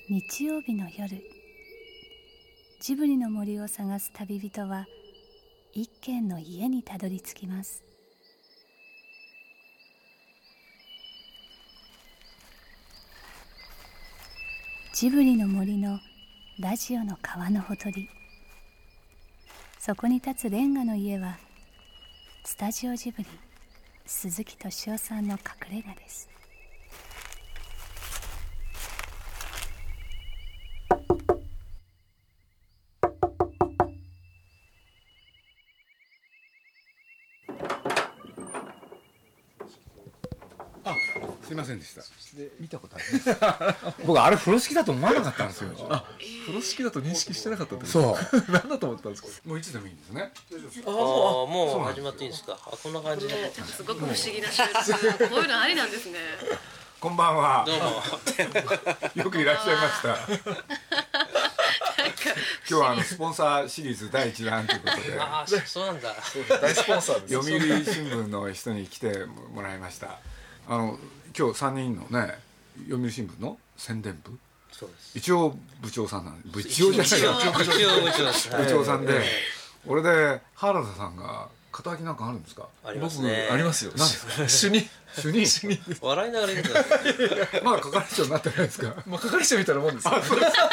日曜日の夜、ジブリの森を探す旅人は一軒の家にたどり着きます。ジブリの森のラジオの川のほとり、そこに立つレンガの家はスタジオジブリ鈴木敏夫さんの隠れ家です。 すいませんでした。 見たことあります。 僕あれ風呂敷だと思わなかったんですよ。 風呂敷だと認識してなかったってことそう。 何だと思ったんですか。 もういつでもいいんですね。 もう始まっていいんですか。こんな感じで。 すごく不思議な収録。こういうのありなんですね。 こんばんは。 どうも。 よくいらっしゃいました。今日はスポンサーシリーズ第1弾ということで。 ああ、そうなんだ。 大スポンサーです。 読売新聞の人に来てもらいました。今日3人のね、読売新聞の宣伝部、 そうです。 一応部長さんなんで、部長じゃないか、 部長です。 部長さんで、俺で原田さんが肩書きなんかあるんですか。 ありますね。 ありますよ。 何ですか。 主任。 笑いながら言ってください。 まだ係長になってないですか。 まあ係長みたいなもんですよ。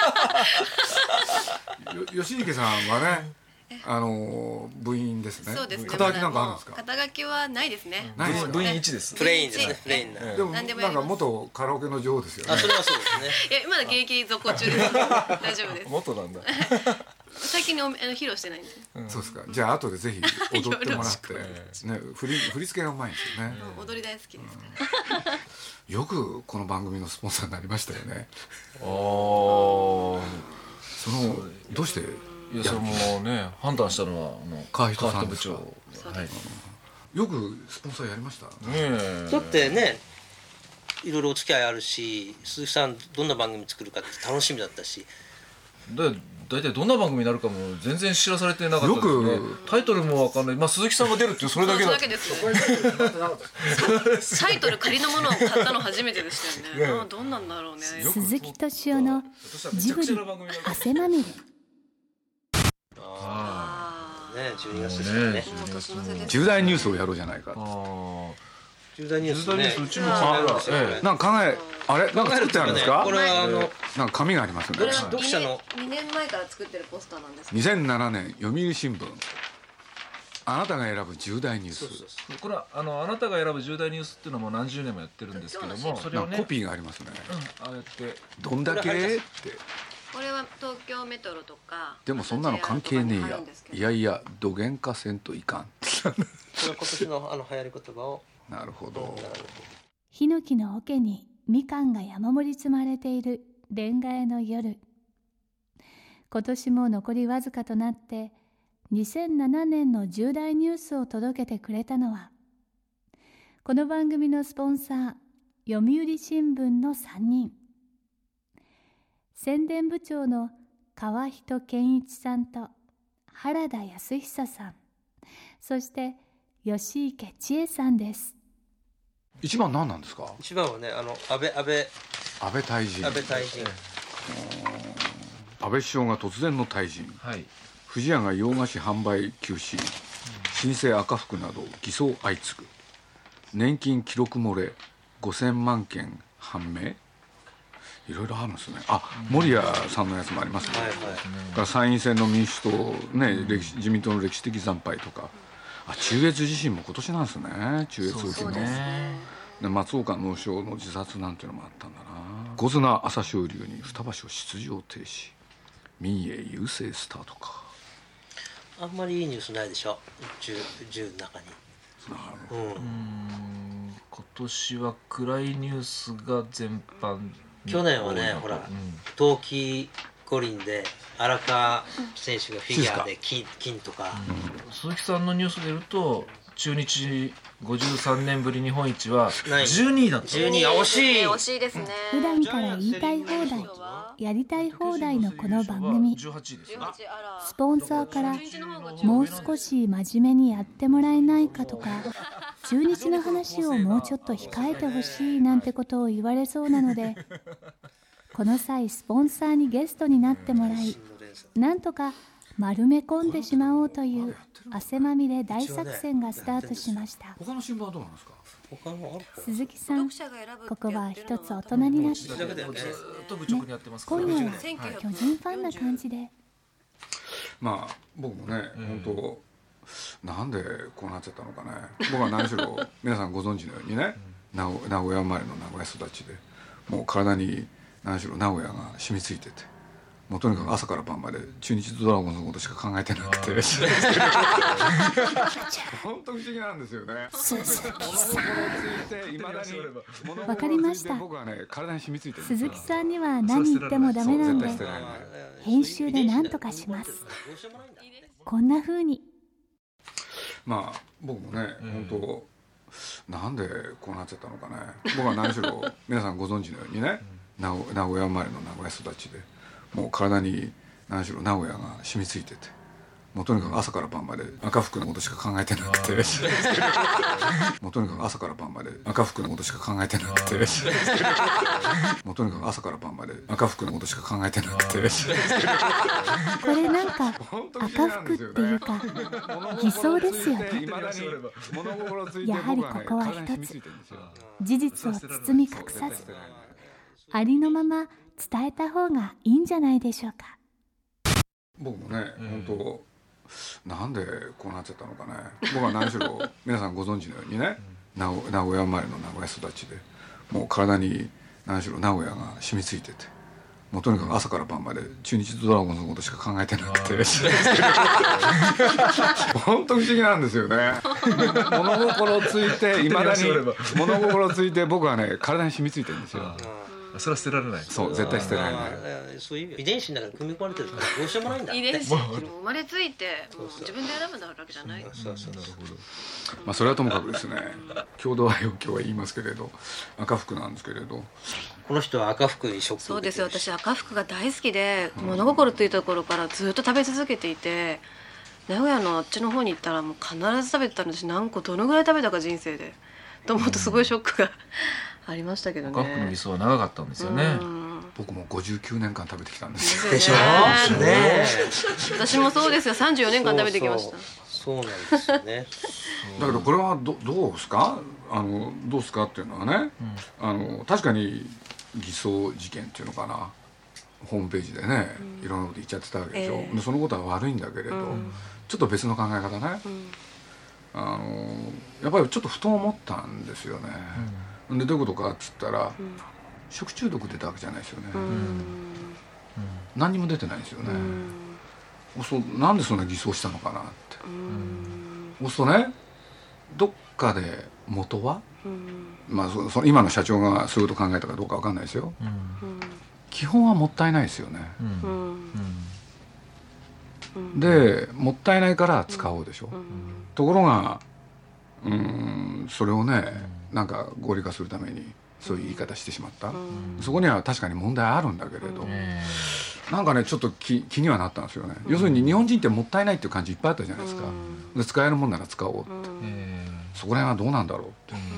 吉池さんはね、部員ですね。 そうですね。 肩書きなんかあるんですか。 肩書きはないですね。 部員1です。 プレインですね。プレインな。 でもなんか元カラオケの女王ですよね。 あ、それはそうですね。 いや、まだ現役続行中です。大丈夫です。 元なんだ。 最近披露してないんで。 そうですか。じゃあ後でぜひ踊ってもらってね、振り付けがうまいんですよね。 踊り大好きですから。 よくこの番組のスポンサーになりましたよね。どうして。 いや、それもね、判断したのは川人さん部長。はい。 よくスポンサーやりましたね。 だってね、いろいろお付き合いあるし、鈴木さんどんな番組作るかって楽しみだったし。 大体どんな番組になるかも全然知らされてなかったですね。タイトルもわかんない。まあ鈴木さんが出るっていうそれだけだ。 タイトル仮のものを買ったの初めてでしたよね。どんなんだろうね。 鈴木敏夫のジブリ汗まみれ。 ね、12月ですよね。 重大ニュースをやろうじゃないか。 重大ニュースね。 うちもなんかあれなんか作ってあるんですか。 これはなんか紙がありますね。 読者の 2年前から作ってるポスターなんです。 2007年読売新聞。あなたが選ぶ重大ニュース。 これはあなたが選ぶ重大ニュースっていうのも何十年もやってるんですけども、それをねコピーがありますね。 ああやってどんだけって。 これは東京メトロとか。 でもそんなの関係ねえや。いやいやどげんかせんといかん。 これ今年の流行り言葉を。 なるほど。 ヒノキの桶にみかんが山盛り積まれているレンガ屋の夜。今年も残りわずかとなって2007年の重大ニュースを届けてくれたのは、この番組のスポンサー読売新聞の3人。宣伝部長の川人健一さんと原田康久さん、そして吉池千恵さんです。 一番何なんですか。 一番はね、安倍退陣。 安倍首相が突然の退陣。不二家が洋菓子販売休止。新生赤福など偽装相次ぐ。年金記録漏れ5000万件判明。いろいろあるんですね。森谷さんのやつもありますね。から参院選の民主党ね、自民党の歴史的惨敗とか。中越地震も今年なんですね。中越沖の松岡農商の自殺なんていうのもあったんだな。小綱朝青龍に二場所出場停止。民営優勢スタートか。 あんまりいいニュースないでしょ。10の中に。 今年は暗いニュースが全般。 去年はね、ほら冬季五輪で荒川選手がフィギュアで金とか。 鈴木さんのニュースで言うと、中日53年ぶり日本一は12位だった。 12位、惜しいですね。 普段から言いたい放題、やりたい放題のこの番組。スポンサーからもう少し真面目にやってもらえないかとか、中日の話をもうちょっと控えてほしいなんてことを言われそうなので、 この際スポンサーにゲストになってもらい、なんとか丸め込んでしまおうという汗まみれ大作戦がスタートしました。 他の新聞はどうなんですか？ 鈴木さん、ここは一つ大人になって、今夜は巨人ファンな感じで。 まあ僕もね、本当なんでこうなっちゃったのかね。僕は何しろ皆さんご存知のようにね、名古屋生まれの名古屋育ちで、もう体に何しろ名古屋が染みついてて、もうとにかく朝から晩まで中日ドラゴンズのことしか考えてなくて本当不思議なんですよね。 鈴木さん、わかりました。鈴木さんには何言ってもダメなんで編集で何とかします。こんな風にまあ僕もね、本当なんでこうなっちゃったのかね。僕は何しろ皆さんご存知のようにね、名古屋生まれの名古屋育ちで、もう体に何しろ名古屋が染みついてて、もうとにかく朝から晩まで赤服のことしか考えてなくてもうとにかく朝から晩まで赤服のことしか考えてなくてもうとにかく朝から晩まで赤服のことしか考えてなくてこれなんか赤服っていうか偽装ですよね。やはりここは一つ事実を包み隠さずありのまま伝えた方がいいんじゃないでしょうか。 僕もね、本当なんでこうなっちゃったのかね。僕は何しろ皆さんご存知のようにね、名古屋生まれの名古屋育ちで、もう体に何しろ名古屋が染みついてて、もうとにかく朝から晩まで中日ドラゴンズのことしか考えてなくて本当不思議なんですよね。物心ついていまだに物心ついて僕はね体に染みついてるんですよ。 それは捨てられない。 そう、絶対捨てられない。 そういう遺伝子の中に組み込まれてるからどうしようもないんだ。 遺伝子生まれついてもう自分で選ぶんだわけじゃない。 まあそれはともかくですね、郷土愛を今日は言いますけれど、赤服なんですけれど、 この人は赤服にショック。 そうですよ。私赤服が大好きで、物心ついた頃からずっと食べ続けていて、名古屋のあっちの方に行ったらもう必ず食べてたんです。何個どのぐらい食べたか人生でと思うとすごいショックがありましたけどね。 赤服の味噌は長かったんですよね。 僕も59年間食べてきたんですよ。 でしょうね。 私もそうですよ。34年間食べてきました。 そうなんですよね。 だけどこれはどうですか？どうですかっていうのはね、確かに偽装事件っていうのかな、ホームページでね、いろんなこと言っちゃってたわけでしょ。でそのことは悪いんだけれど、ちょっと別の考え方ね、やっぱりちょっとふと思ったんですよね。でどういうことかっつったら、食中毒出たわけじゃないですよね。何にも出てないんですよね。なんでそんな偽装したのかなって。そうするとね、どっかで元は、まあその今の社長がそういうこと考えたかどうかわかんないですよ。基本はもったいないですよね。でもったいないから使おうでしょ。ところがそれをね、なんか合理化するためにそういう言い方してしまった。そこには確かに問題あるんだけれど、なんかねちょっと気にはなったんですよね。要するに日本人ってもったいないっていう感じいっぱいあったじゃないですか。で使えるもんなら使おうって、そこら辺はどうなんだろうって。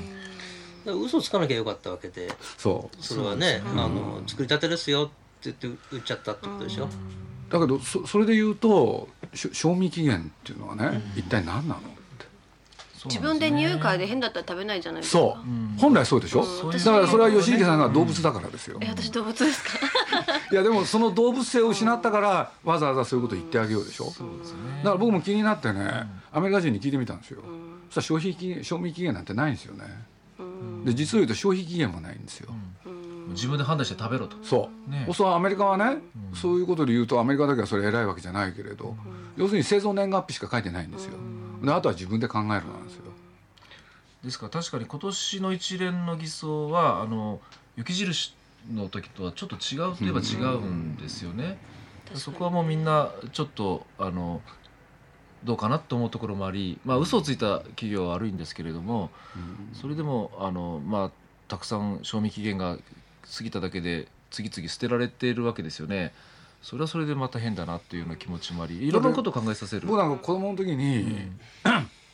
嘘つかなきゃよかったわけで、それはね、作りたてですよって言って売っちゃったってことでしょ。 だけどそれで言うと賞味期限っていうのはね、一体何なのって。 自分で匂い嗅いで変だったら食べないじゃないですか。 そう、本来そうでしょ。だからそれは吉池さんが動物だからですよ。 私動物ですか？ いやでもその動物性を失ったからわざわざそういうこと言ってあげようでしょ。だから僕も気になってね、アメリカ人に聞いてみたんですよ。そしたら賞味期限なんてないんですよね。で実を言うと消費期限もないんですよ。 自分で判断して食べろと。 そうアメリカはね、そういうことで言うとアメリカだけはそれ偉いわけじゃないけれど、要するに製造年月日しか書いてないんですよ。であとは自分で考えるなんですよ。 ですから確かに今年の一連の偽装は雪印の時とはちょっと違うといえば違うんですよね。そこはもうみんなちょっとどうかなと思うところもあり、嘘をついた企業は悪いんですけれども、それでもたくさん賞味期限が過ぎただけで次々捨てられているわけですよね。それはそれでまた変だなっていうような気持ちもあり、いろんなことを考えさせる。 僕なんか子供の時に、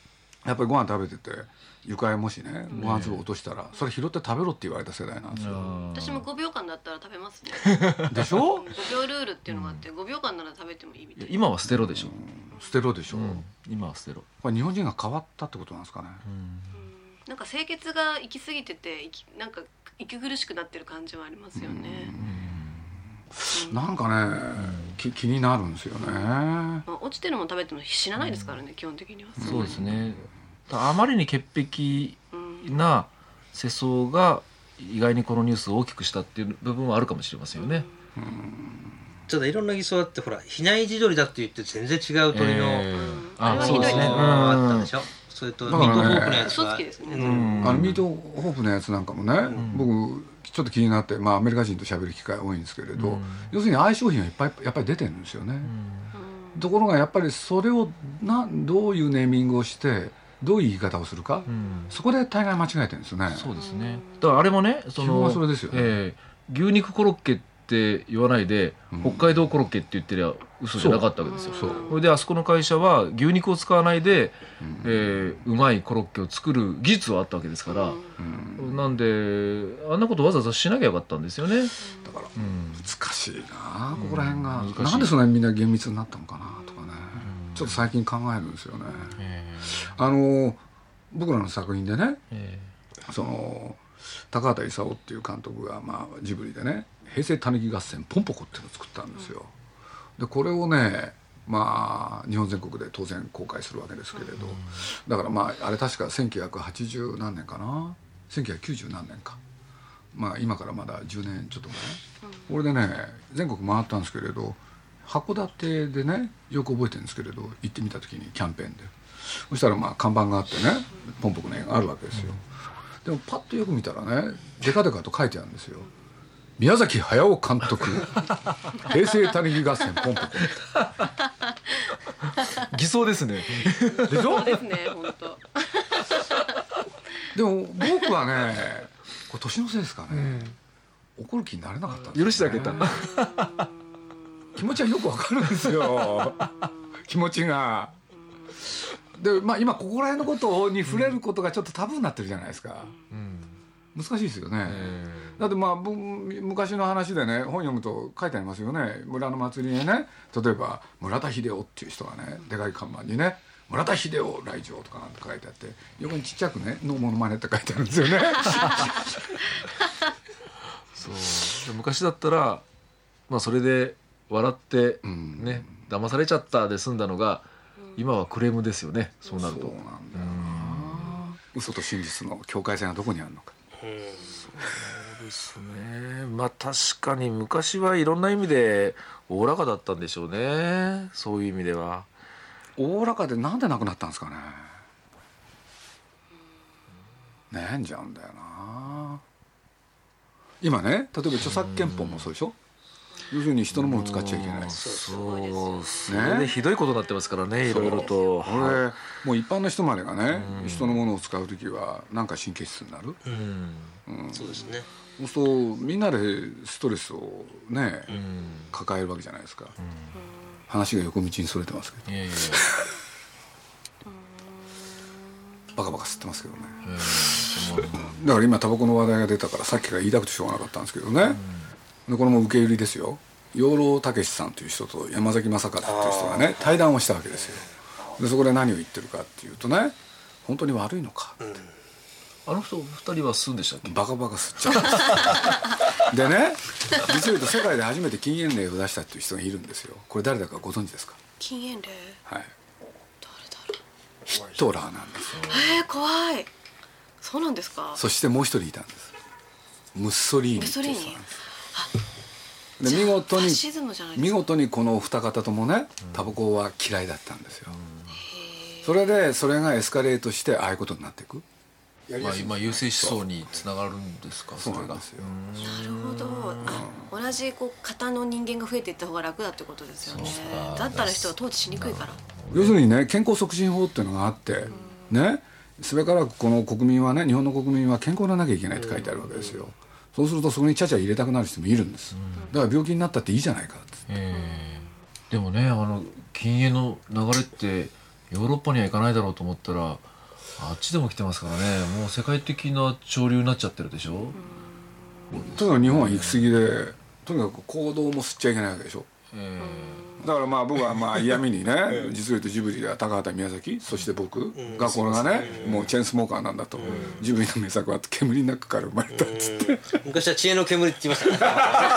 やっぱりご飯食べてて床へもしねご飯粒落としたらそれ拾って食べろって言われた世代なんですよ。 私も5秒間だったら食べますね。 でしょ。 5秒ルールっていうのがあって5秒間なら食べてもいいみたいな。 今は捨てろでしょ。 捨てろでしょ。 今は捨てろ。 これ日本人が変わったってことなんですかね。 なんか清潔が行き過ぎててなんか息苦しくなってる感じはありますよね。 なんかね、気になるんですよね。 まあ、落ちてるもの食べても死なないですからね、基本的には。 そうですね。あまりに潔癖な世相が意外にこのニュースを大きくしたっていう部分はあるかもしれませんよね。 ちょっといろんな偽装あって、ほら比内地鶏だって言って全然違う鳥の、 あれはひどいですね。 あったでしょ。それとミートホープのやつは、 嘘つきですね。 ミートホープのやつなんかもね、僕ちょっと気になって、まあアメリカ人と喋る機会多いんですけれど、要するに相性品がいっぱいやっぱり出てるんですよね。ところがやっぱりそれをどういうネーミングをしてどういう言い方をするか、そこで大概間違えてるんですよね。 そうですね。だからあれもね、 基本はそれですよね。 牛肉コロッケって言わないで、北海道コロッケって言ってりゃ嘘じゃなかったわけですよ。それであそこの会社は牛肉を使わないで、うまいコロッケを作る技術はあったわけですから、なんであんなことわざわざしなきゃよかったんですよね。 だから難しいな、ここら辺が。なんでそんなにみんな厳密になったのかなとかね、ちょっと最近考えるんですよね。僕らの作品でね、その高畑勲っていう監督が、まあ、ジブリでね平成たぬき合戦ポンポコっていうのを作ったんですよ。でこれをね、まあ日本全国で当然公開するわけですけれど、だからまああれ確か1980何年かな、1990何年か、まあ今からまだ10年ちょっと前、これでね全国回ったんですけれど、函館でねよく覚えてるんですけれど行ってみた時にキャンペーンで、そしたらまあ看板があってねポンポコの絵があるわけですよ。でもパッとよく見たらねデカデカと書いてあるんですよ。宮崎駿監督平成たぬき合戦ポンポコ。 偽装ですね。 でしょ。 そうですね、本当。 でも僕はねこれ年のせいですかね、怒る気になれなかったんですよね。 許してあげた。 気持ちはよくわかるんですよ。気持ちが。でまあ今ここら辺のことに触れることがちょっとタブーになってるじゃないですか。難しいですよね。だってまあ昔の話でね本読むと書いてありますよね。村の祭りにね例えば村田秀夫っていう人がねでかい看板にね村田秀夫来場とかなんて書いてあって、横にちっちゃくねのモノマネって書いてあるんですよね。 そう昔だったらまあそれで笑ってね、騙されちゃったで済んだのが今はクレームですよね。そうなると。 そうなんだよな。嘘と真実の境界線がどこにあるのか。 そうですね。まあ確かに昔はいろんな意味でおおらかだったんでしょうね。そういう意味ではおおらかでなんでなくなったんですかね。悩んじゃうんだよな。今ね例えば著作権法もそうでしょ。要するに人のものを使っちゃいけない。 そうそれでひどいことになってますからね、いろいろと。 俺もう一般の人までがね人のものを使う時はなんか神経質になる。 そうですね。 そうするとみんなでストレスをね抱えるわけじゃないですか。話が横道にそれてますけど、バカバカ吸ってますけどね。だから今タバコの話題が出たからさっきから言いたくてしょうがなかったんですけどね。でこれも受け売りですよ。養老孟司さんという人と山崎正和っていう人がね対談をしたわけですよ。でそこで何を言ってるかっていうとね、本当に悪いのかって、 あの人2人は吸うんでしたっけ。 バカバカ吸っちゃうんですでね実を言うと世界で初めて禁煙令を出したっていう人がいるんですよ。これ誰だかご存知ですか。 禁煙令。 はい。 誰だろう。 ヒトラーなんですよ。 怖い。そうなんですか。 そしてもう一人いたんです。ムッソリーニっていう人なんです。で見事にこのお二方ともねタバコは嫌いだったんですよ。それがエスカレートしてああいうことになっていく。 まあ今優勢思想につながるんですか。 そうなんですよ。 なるほど。同じ型の人間が増えていった方が楽だってことですよね。だったら人は統治しにくいから。 要するにね健康促進法っていうのがあってね、すべからくこの国民はね日本の国民は健康でなきゃいけないって書いてあるわけですよ。そうするとそこにちゃちゃ入れたくなる人もいるんです。だから病気になったっていいじゃないかって。 でもね禁煙の流れってヨーロッパには行かないだろうと思ったらあっちでも来てますからね。もう世界的な潮流になっちゃってるでしょ。 とにかく日本は行き過ぎで、とにかく行動も吸っちゃいけないわけでしょ。だからまあ僕はまあ嫌味にね実を言うとジブリでは高畑宮崎、そして僕がこれがねもうチェーンスモーカーなんだと、ジブリの名作は煙の中から生まれたっつって、 昔は知恵の煙って言いましたね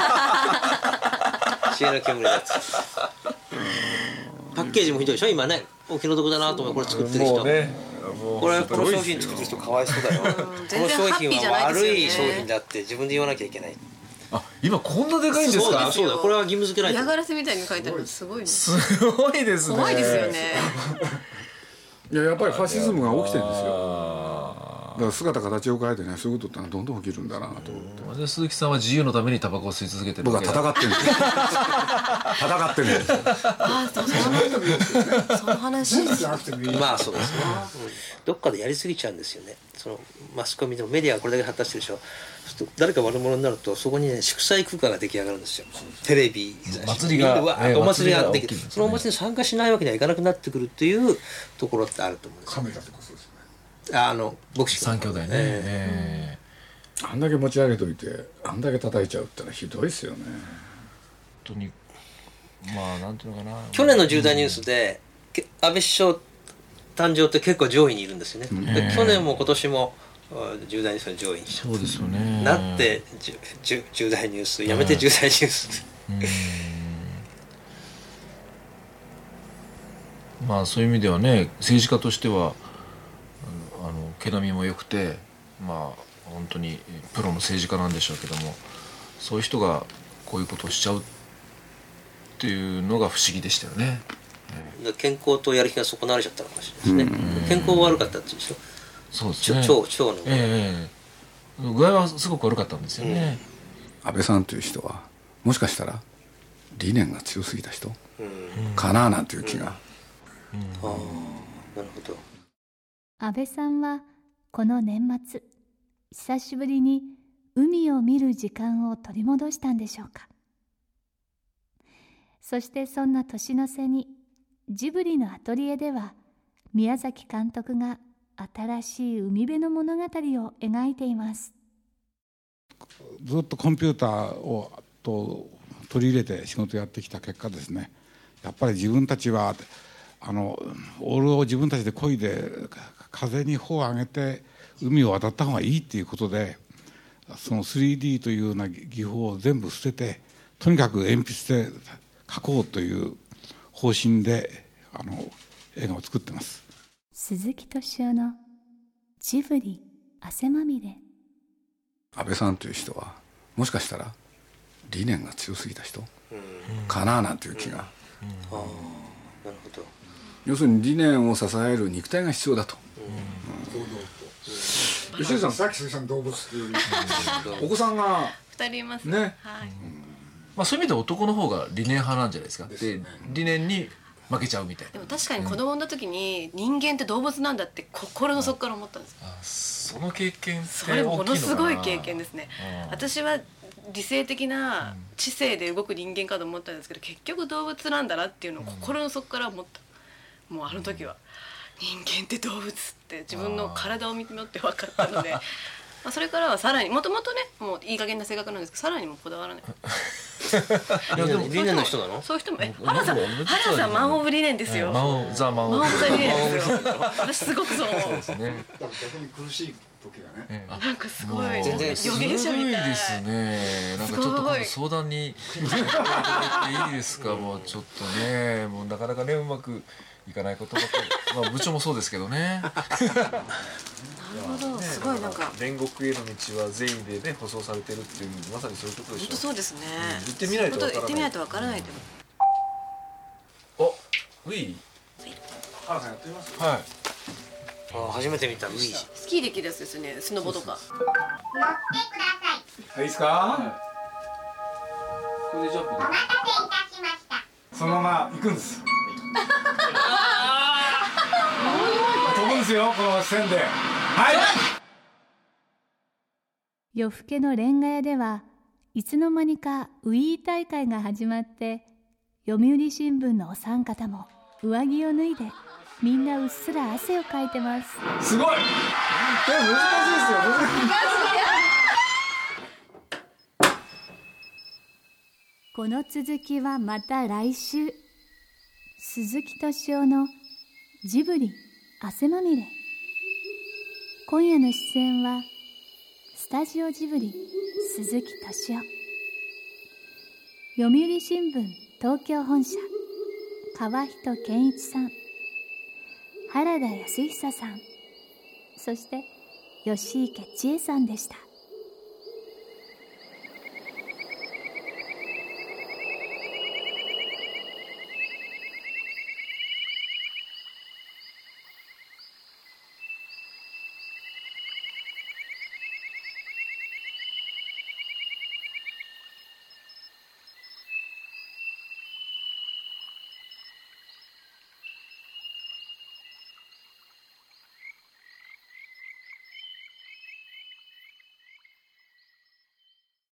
知恵の煙のやつ。パッケージもひどいでしょ今ね。お気の毒だなと思う。これ作ってる人、この商品作ってる人かわいそうだよこの商品は悪い商品だって自分で言わなきゃいけない。 あ、今こんなでかいんですか。 そうだ、これは義務付けないと。 嫌がらせみたいに書いてあるのすごいね。 すごいですね。 怖いですよね。 いや、やっぱりファシズムが起きてるんですよ。だから姿形を変えてね、そういうことってのはどんどん起きるんだなと思って。 で鈴木さんは自由のためにタバコを吸い続けてる。 僕は戦ってるんですよ戦ってるんですよ。 あ、その話まあそうですね、どっかでやりすぎちゃうんですよね。そのマスコミでもメディアがこれだけ発達してるでしょ。誰か悪者になるとそこにね祝祭空間が出来上がるんですよ。テレビ祭りがお祭りができる、そのお祭りに参加しないわけにはいかなくなってくるっていうところってあると思うんですよ。 カメラってことですね。 ボクシング三兄弟ね、 あんだけ持ち上げといてあんだけ叩いちゃうってのはひどいですよね。 本当にまあなんていうのかな。 去年の重大ニュースで、安倍首相誕生って結構上位にいるんですよね、で去年も今年も重大ニュースの上位にしちゃう。 そうですよね。 なって重大ニュースやめて重大ニュースまあそういう意味ではね、政治家としては毛並みも良くて、まあ本当にプロの政治家なんでしょうけども、そういう人がこういうことをしちゃうっていうのが不思議でしたよね。 健康とやる気が損なわれちゃったのかもしれないですね。健康悪かったっていうでしょ。 そうですね。腸の具合はすごく悪かったんですよね。 安倍さんという人はもしかしたら理念が強すぎた人かななんていう気が。 なるほど。 安倍さんはこの年末久しぶりに海を見る時間を取り戻したんでしょうか。そしてそんな年の瀬にジブリのアトリエでは宮崎監督が新しい海辺の物語を描いています。 ずっとコンピューターを取り入れて仕事やってきた結果ですね、やっぱり自分たちはオールを自分たちで漕いで風に帆を上げて海を渡った方がいいっていうことで、その 3D というような技法を全部捨てて、とにかく鉛筆で描こうという方針で映画を作ってます。 鈴木敏夫のジブリ汗まみれ。 安倍さんという人はもしかしたら理念が強すぎた人かななんていう気が。 なるほど。 要するに理念を支える肉体が必要だと。吉井さん、さっき鈴木さん動物っていうお子さんが 2人いますね。 はい。 まあそういう意味では男の方が理念派なんじゃないですか。で理念に負けちゃうみたいな。 でも確かに子供の時に人間って動物なんだって心の底から思ったんです。 その経験ってそれものすごい経験ですね。私は理性的な知性で動く人間かと思ったんですけど、結局動物なんだなっていうのを心の底から思った。もうあの時は人間って動物って自分の体を見て分かったのでまあそれからはさらにもともとねもういい加減な性格なんですけど、さらにもこだわらない。 いやでも理念の人なの？ そういう人も原さんマンオブ理念ですよ。 マンオブザ理念ですよ。私すごくそう思う。 そうですね。 逆に苦しい時がね。 なんかすごい全然予言者みたいですね。なんかちょっと相談に行っていいですか。もうちょっとね、もうなかなかねうまくいかないことばっかり。まあ部長もそうですけどね。 なるほど、すごいなんか煉獄への道は善意でね舗装されてるっていうまさにそういうことでしょ。 本当そうですね。 行ってみないとわからない。 行ってみないとわからないでも。 ウィー。 原さんやってみます？ はい。 初めて見たウィー。 スキーできるやつですね。スノボとか。 いいですか？ これでジャンプで。 お待たせいたしました。 そのまま行くんです。飛ぶんですよこの線で。はい。 夜更けのレンガ屋ではいつの間にかウィー大会が始まって、読売新聞のお三方も上着を脱いでみんなうっすら汗をかいてます。 すごい。これ難しいですよ。 この続きはまた来週。鈴木敏夫のジブリ汗まみれ。今夜の出演はスタジオジブリ鈴木敏夫、読売新聞東京本社川人健一さん、原田康久さん、そして吉池千恵さんでした。